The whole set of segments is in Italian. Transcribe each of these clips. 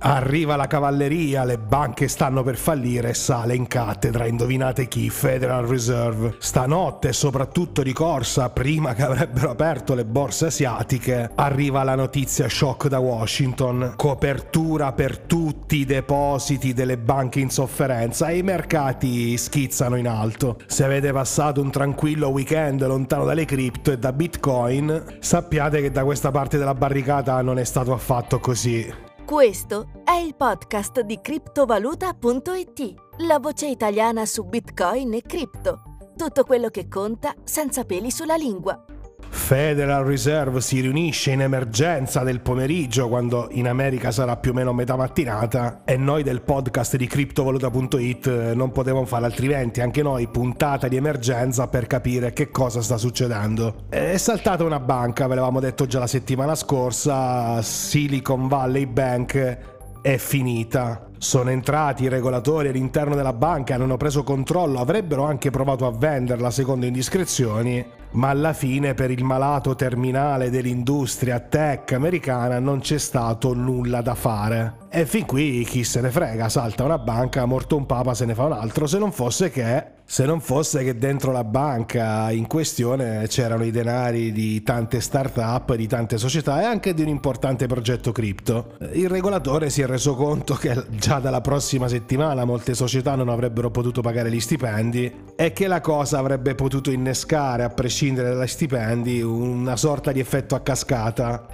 Arriva la cavalleria, le banche stanno per fallire e sale in cattedra, indovinate chi? Federal Reserve. Stanotte, soprattutto di corsa, prima che avrebbero aperto le borse asiatiche, arriva la notizia shock da Washington. Copertura per tutti i depositi delle banche in sofferenza e i mercati schizzano in alto. Se avete passato un tranquillo weekend lontano dalle cripto e da Bitcoin, sappiate che da questa parte della barricata non è stato affatto così. Questo è il podcast di criptovaluta.it, la voce italiana su Bitcoin e cripto. Tutto quello che conta senza peli sulla lingua. Federal Reserve si riunisce in emergenza nel pomeriggio, quando in America sarà più o meno metà mattinata, e noi del podcast di criptovaluta.it non potevamo fare altrimenti, anche noi puntata di emergenza per capire che cosa sta succedendo. È saltata una banca, ve l'avevamo detto già la settimana scorsa, Silicon Valley Bank è finita. Sono entrati i regolatori all'interno della banca, hanno preso controllo, avrebbero anche provato a venderla secondo indiscrezioni, ma alla fine per il malato terminale dell'industria tech americana non c'è stato nulla da fare. E fin qui chi se ne frega, salta una banca, morto un papa se ne fa un altro, se non fosse che dentro la banca in questione c'erano i denari di tante start-up, di tante società e anche di un importante progetto cripto. Il regolatore si è reso conto che già dalla prossima settimana molte società non avrebbero potuto pagare gli stipendi e che la cosa avrebbe potuto innescare, a prescindere dagli stipendi, una sorta di effetto a cascata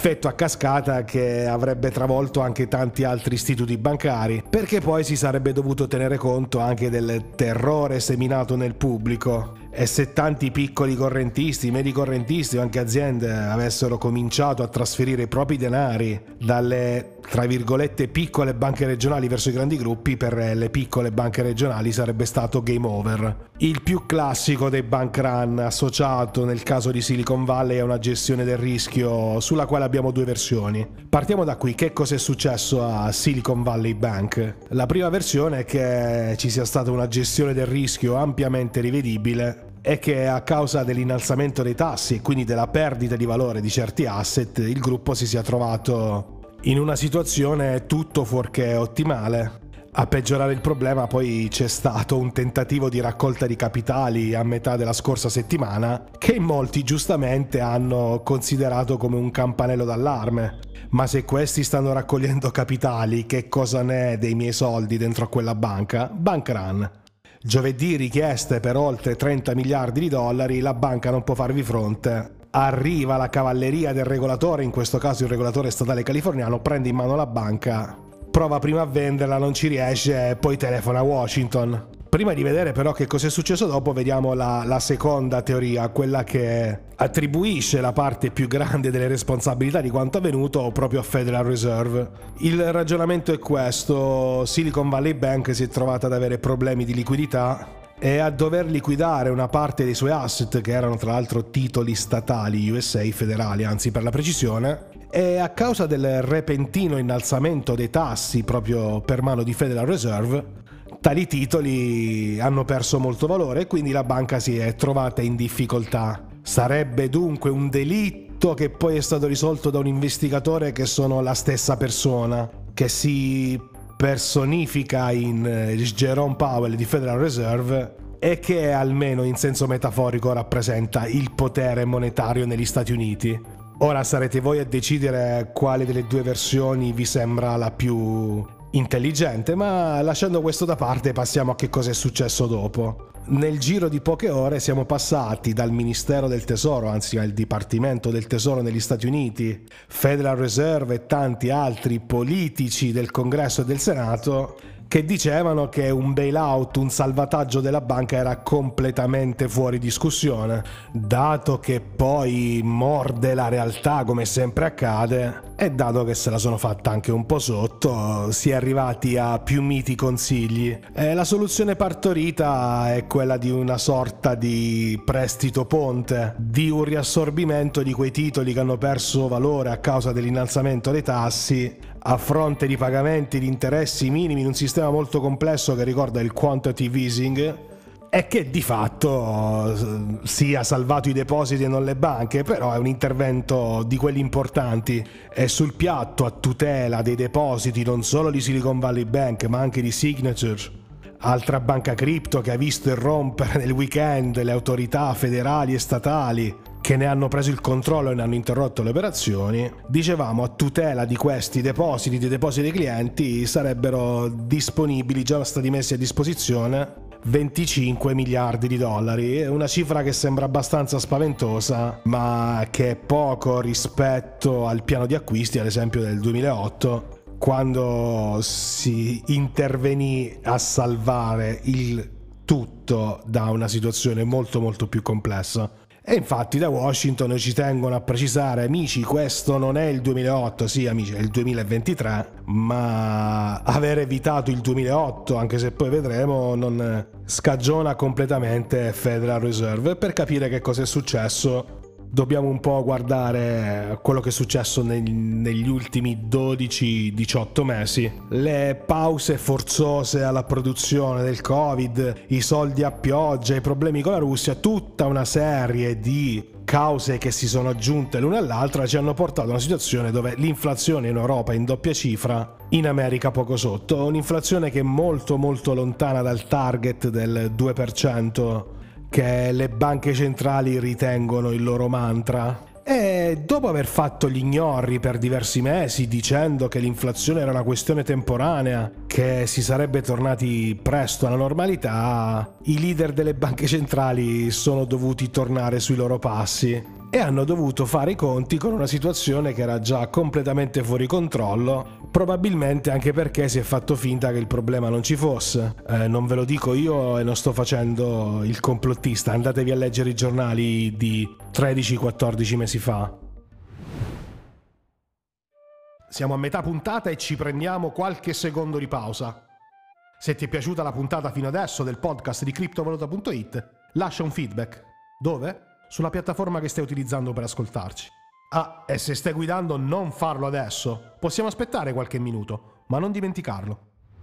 che avrebbe travolto anche tanti altri istituti bancari, perché poi si sarebbe dovuto tenere conto anche del terrore seminato nel pubblico. E se tanti piccoli correntisti, medi correntisti o anche aziende avessero cominciato a trasferire i propri denari dalle, tra virgolette, piccole banche regionali verso i grandi gruppi, per le piccole banche regionali sarebbe stato game over. Il più classico dei bank run associato nel caso di Silicon Valley è una gestione del rischio sulla quale abbiamo due versioni. Partiamo da qui. Che cosa è successo a Silicon Valley Bank? La prima versione è che ci sia stata una gestione del rischio ampiamente rivedibile e che a causa dell'innalzamento dei tassi e quindi della perdita di valore di certi asset il gruppo si sia trovato in una situazione tutto fuorché ottimale. A peggiorare il problema poi c'è stato un tentativo di raccolta di capitali a metà della scorsa settimana che in molti giustamente hanno considerato come un campanello d'allarme. Ma se questi stanno raccogliendo capitali, che cosa ne è dei miei soldi dentro a quella banca? Bank run. Giovedì richieste per oltre 30 miliardi di dollari, la banca non può farvi fronte. Arriva la cavalleria del regolatore, in questo caso il regolatore statale californiano, prende in mano la banca, prova prima a venderla, non ci riesce e poi telefona a Washington. Prima di vedere però che cosa è successo dopo, vediamo la seconda teoria, quella che attribuisce la parte più grande delle responsabilità di quanto avvenuto proprio a Federal Reserve. Il ragionamento è questo: Silicon Valley Bank si è trovata ad avere problemi di liquidità e a dover liquidare una parte dei suoi asset, che erano tra l'altro titoli statali USA federali, anzi per la precisione, e a causa del repentino innalzamento dei tassi proprio per mano di Federal Reserve, tali titoli hanno perso molto valore e quindi la banca si è trovata in difficoltà. Sarebbe dunque un delitto che poi è stato risolto da un investigatore che sono la stessa persona, che si personifica in Jerome Powell di Federal Reserve e che almeno in senso metaforico rappresenta il potere monetario negli Stati Uniti. Ora sarete voi a decidere quale delle due versioni vi sembra la più intelligente, ma lasciando questo da parte passiamo a che cosa è successo dopo. Nel giro di poche ore siamo passati dal Ministero del Tesoro, anzi al Dipartimento del Tesoro negli Stati Uniti, Federal Reserve e tanti altri politici del Congresso e del Senato che dicevano che un bailout, un salvataggio della banca era completamente fuori discussione, dato che poi morde la realtà come sempre accade e dato che se la sono fatta anche un po' sotto, si è arrivati a più miti consigli. E la soluzione partorita è quella di una sorta di prestito ponte, di un riassorbimento di quei titoli che hanno perso valore a causa dell'innalzamento dei tassi a fronte di pagamenti di interessi minimi in un sistema molto complesso che ricorda il quantitative easing è che di fatto sia salvato i depositi e non le banche, però è un intervento di quelli importanti. È sul piatto a tutela dei depositi non solo di Silicon Valley Bank ma anche di Signature, altra banca cripto che ha visto irrompere nel weekend le autorità federali e statali che ne hanno preso il controllo e ne hanno interrotto le operazioni. Dicevamo, a tutela di questi depositi, dei depositi dei clienti, sarebbero disponibili, già stati messi a disposizione 25 miliardi di dollari, una cifra che sembra abbastanza spaventosa, ma che è poco rispetto al piano di acquisti, ad esempio del 2008, quando si intervenì a salvare il tutto da una situazione molto molto più complessa. E infatti da Washington ci tengono a precisare: amici, questo non è il 2008, sì amici, è il 2023, ma aver evitato il 2008, anche se poi vedremo, non scagiona completamente Federal Reserve. Per capire che cosa è successo dobbiamo un po' guardare quello che è successo negli ultimi 12-18 mesi. Le pause forzose alla produzione del Covid, i soldi a pioggia, i problemi con la Russia, tutta una serie di cause che si sono aggiunte l'una all'altra ci hanno portato a una situazione dove l'inflazione in Europa è in doppia cifra, in America poco sotto, un'inflazione che è molto molto lontana dal target del 2% che le banche centrali ritengono il loro mantra. E dopo aver fatto gli ignori per diversi mesi dicendo che l'inflazione era una questione temporanea, che si sarebbe tornati presto alla normalità, i leader delle banche centrali sono dovuti tornare sui loro passi e hanno dovuto fare i conti con una situazione che era già completamente fuori controllo, probabilmente anche perché si è fatto finta che il problema non ci fosse. Non ve lo dico io e non sto facendo il complottista, andatevi a leggere i giornali di 13-14 mesi fa. Siamo a metà puntata e ci prendiamo qualche secondo di pausa. Se ti è piaciuta la puntata fino adesso del podcast di criptovaluta.it, lascia un feedback. Dove? Sulla piattaforma che stai utilizzando per ascoltarci. Ah, e se stai guidando non farlo adesso. Possiamo aspettare qualche minuto, ma non dimenticarlo.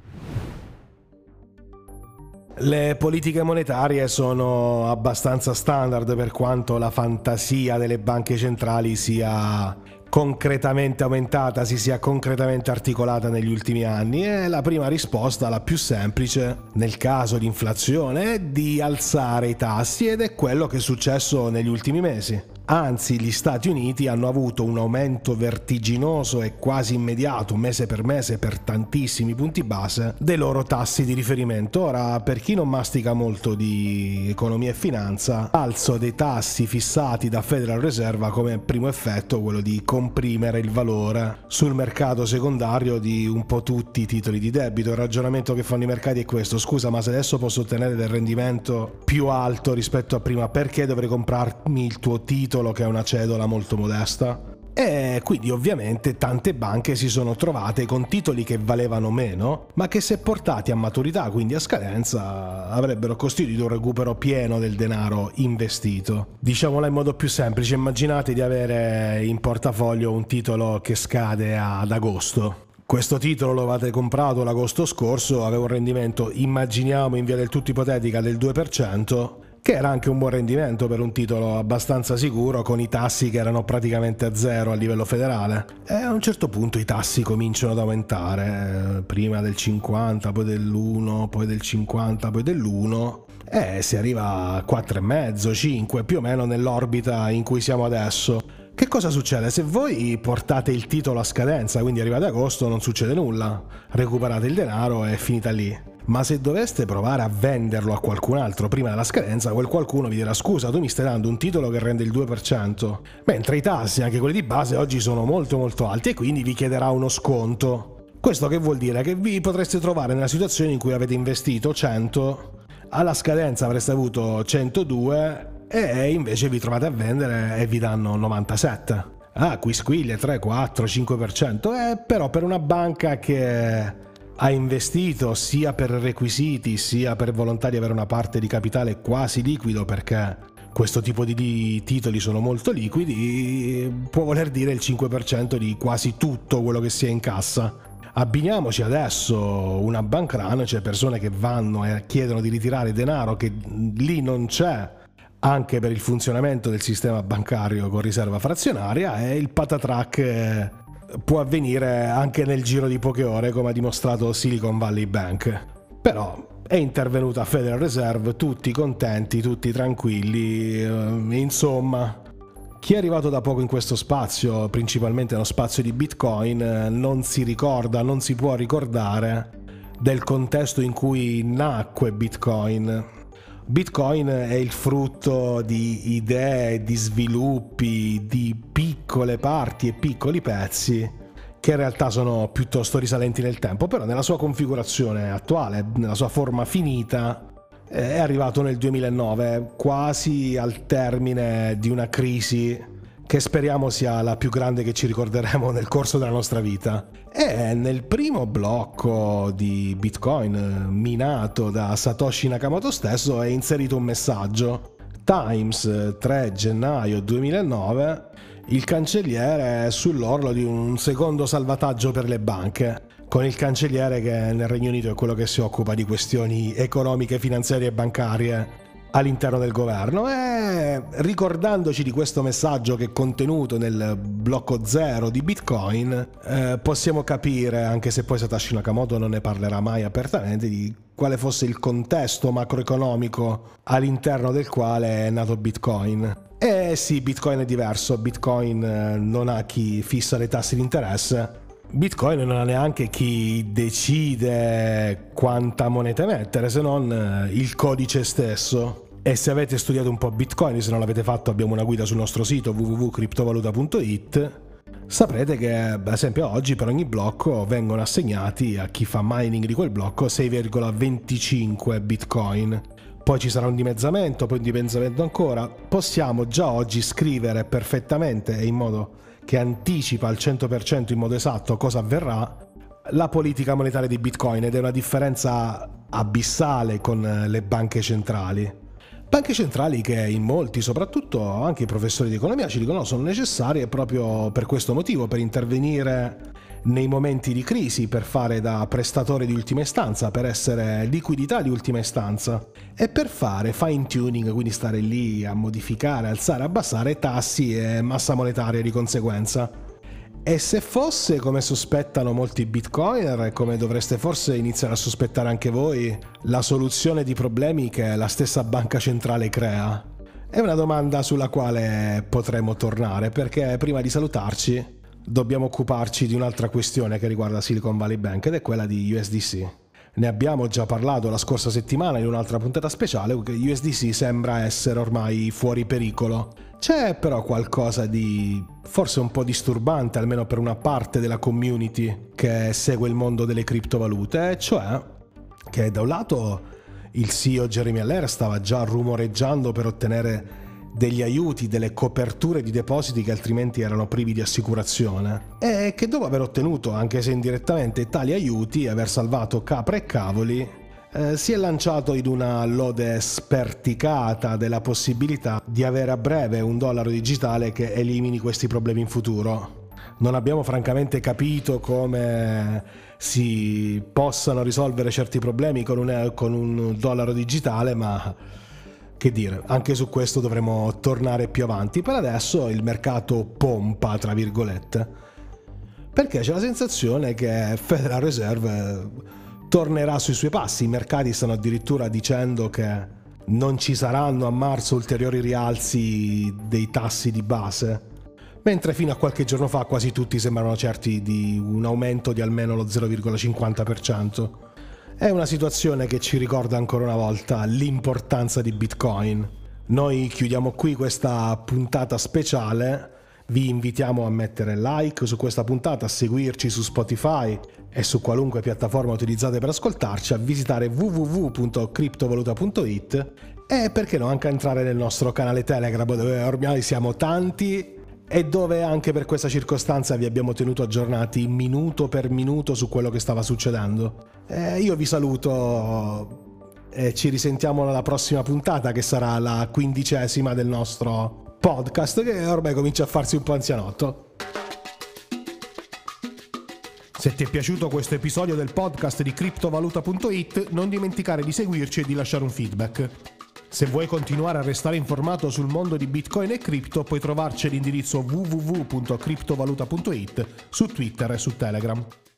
Le politiche monetarie sono abbastanza standard per quanto la fantasia delle banche centrali sia concretamente aumentata, si sia concretamente articolata negli ultimi anni, e la prima risposta, la più semplice nel caso di inflazione, è di alzare i tassi, ed è quello che è successo negli ultimi mesi. Anzi, gli Stati Uniti hanno avuto un aumento vertiginoso e quasi immediato, mese per tantissimi punti base, dei loro tassi di riferimento. Ora, per chi non mastica molto di economia e finanza, l'alzo dei tassi fissati da Federal Reserve ha come primo effetto quello di comprimere il valore sul mercato secondario di un po' tutti i titoli di debito. Il ragionamento che fanno i mercati è questo: scusa, ma se adesso posso ottenere del rendimento più alto rispetto a prima, perché dovrei comprarmi il tuo titolo che è una cedola molto modesta? E quindi ovviamente tante banche si sono trovate con titoli che valevano meno, ma che se portati a maturità, quindi a scadenza, avrebbero costituito un recupero pieno del denaro investito. Diciamola in modo più semplice: immaginate di avere in portafoglio un titolo che scade ad agosto. Questo titolo lo avete comprato l'agosto scorso, aveva un rendimento, immaginiamo in via del tutto ipotetica, del 2%, che era anche un buon rendimento per un titolo abbastanza sicuro, con i tassi che erano praticamente a zero a livello federale. E a un certo punto i tassi cominciano ad aumentare, prima del 50, poi dell'1, poi del 50, poi dell'1, e si arriva a 4,5, 5, più o meno nell'orbita in cui siamo adesso. Che cosa succede? Se voi portate il titolo a scadenza, quindi arrivate ad agosto, non succede nulla, recuperate il denaro e è finita lì. Ma se doveste provare a venderlo a qualcun altro prima della scadenza, quel qualcuno vi dirà: scusa, tu mi stai dando un titolo che rende il 2%, mentre i tassi, anche quelli di base, oggi sono molto molto alti, e quindi vi chiederà uno sconto. Questo che vuol dire? Che vi potreste trovare nella situazione in cui avete investito 100, alla scadenza avreste avuto 102 e invece vi trovate a vendere e vi danno 97. Ah, qui squiglie 3, 4, 5%, però per una banca che ha investito sia per requisiti sia per volontà di avere una parte di capitale quasi liquido, perché questo tipo di titoli sono molto liquidi, può voler dire il 5% di quasi tutto quello che si è in cassa. Abbiniamoci adesso una bank run, cioè persone che vanno e chiedono di ritirare denaro che lì non c'è anche per il funzionamento del sistema bancario con riserva frazionaria, e il patatrack può avvenire anche nel giro di poche ore, come ha dimostrato Silicon Valley Bank. Però è intervenuta Federal Reserve, tutti contenti, tutti tranquilli, insomma. Chi è arrivato da poco in questo spazio, principalmente nello spazio di Bitcoin, non si ricorda, non si può ricordare del contesto in cui nacque Bitcoin. Bitcoin è il frutto di idee, di sviluppi, di piccole parti e piccoli pezzi che in realtà sono piuttosto risalenti nel tempo, però nella sua configurazione attuale, nella sua forma finita, è arrivato nel 2009, quasi al termine di una crisi che speriamo sia la più grande che ci ricorderemo nel corso della nostra vita. E nel primo blocco di Bitcoin, minato da Satoshi Nakamoto stesso, è inserito un messaggio. Times, 3 gennaio 2009, il cancelliere è sull'orlo di un secondo salvataggio per le banche, con il cancelliere che nel Regno Unito è quello che si occupa di questioni economiche, finanziarie e bancarie all'interno del governo, e ricordandoci di questo messaggio che è contenuto nel blocco 0 di Bitcoin, possiamo capire, anche se poi Satoshi Nakamoto non ne parlerà mai apertamente, di quale fosse il contesto macroeconomico all'interno del quale è nato Bitcoin. E sì, Bitcoin è diverso, Bitcoin non ha chi fissa le tasse di interesse, Bitcoin non ha neanche chi decide quanta moneta mettere, se non il codice stesso. E se avete studiato un po' Bitcoin, se non l'avete fatto abbiamo una guida sul nostro sito www.criptovaluta.it, saprete che ad esempio oggi per ogni blocco vengono assegnati a chi fa mining di quel blocco 6,25 Bitcoin. Poi ci sarà un dimezzamento, poi un dimezzamento ancora. Possiamo già oggi scrivere perfettamente e in modo che anticipa al 100% in modo esatto cosa avverrà la politica monetaria di Bitcoin, ed è una differenza abissale con le banche centrali. Banche centrali che in molti, soprattutto anche i professori di economia, ci dicono sono necessarie proprio per questo motivo, per intervenire nei momenti di crisi, per fare da prestatore di ultima istanza, per essere liquidità di ultima istanza e per fare fine tuning, quindi stare lì a modificare, alzare, abbassare tassi e massa monetaria di conseguenza. E se fosse come sospettano molti bitcoiner, e come dovreste forse iniziare a sospettare anche voi, la soluzione di problemi che la stessa banca centrale crea? È una domanda sulla quale potremo tornare, perché prima di salutarci dobbiamo occuparci di un'altra questione che riguarda Silicon Valley Bank, ed è quella di USDC. Ne abbiamo già parlato la scorsa settimana in un'altra puntata speciale, che USDC sembra essere ormai fuori pericolo. C'è però qualcosa di forse un po' disturbante, almeno per una parte della community che segue il mondo delle criptovalute, cioè che da un lato il CEO Jeremy Allaire stava già rumoreggiando per ottenere degli aiuti, delle coperture di depositi che altrimenti erano privi di assicurazione, e che dopo aver ottenuto, anche se indirettamente, tali aiuti e aver salvato capre e cavoli, si è lanciato in una lode sperticata della possibilità di avere a breve un dollaro digitale che elimini questi problemi in futuro. Non abbiamo francamente capito come si possano risolvere certi problemi con un dollaro digitale, ma che dire, anche su questo dovremo tornare più avanti. Per adesso il mercato pompa, tra virgolette, perché c'è la sensazione che Federal Reserve tornerà sui suoi passi. I mercati stanno addirittura dicendo che non ci saranno a marzo ulteriori rialzi dei tassi di base, mentre fino a qualche giorno fa quasi tutti sembravano certi di un aumento di almeno lo 0,50%. È una situazione che ci ricorda ancora una volta l'importanza di Bitcoin. Noi chiudiamo qui questa puntata speciale. Vi invitiamo a mettere like su questa puntata, a seguirci su Spotify e su qualunque piattaforma utilizzate per ascoltarci, a visitare www.criptovaluta.it e perché no anche a entrare nel nostro canale Telegram, dove ormai siamo tanti e dove anche per questa circostanza vi abbiamo tenuto aggiornati minuto per minuto su quello che stava succedendo. Io vi saluto e ci risentiamo nella prossima puntata, che sarà la 15ª del nostro podcast, che ormai comincia a farsi un po' anzianotto. Se ti è piaciuto questo episodio del podcast di criptovaluta.it, non dimenticare di seguirci e di lasciare un feedback. Se vuoi continuare a restare informato sul mondo di Bitcoin e cripto, puoi trovarci all'indirizzo www.criptovaluta.it su Twitter e su Telegram.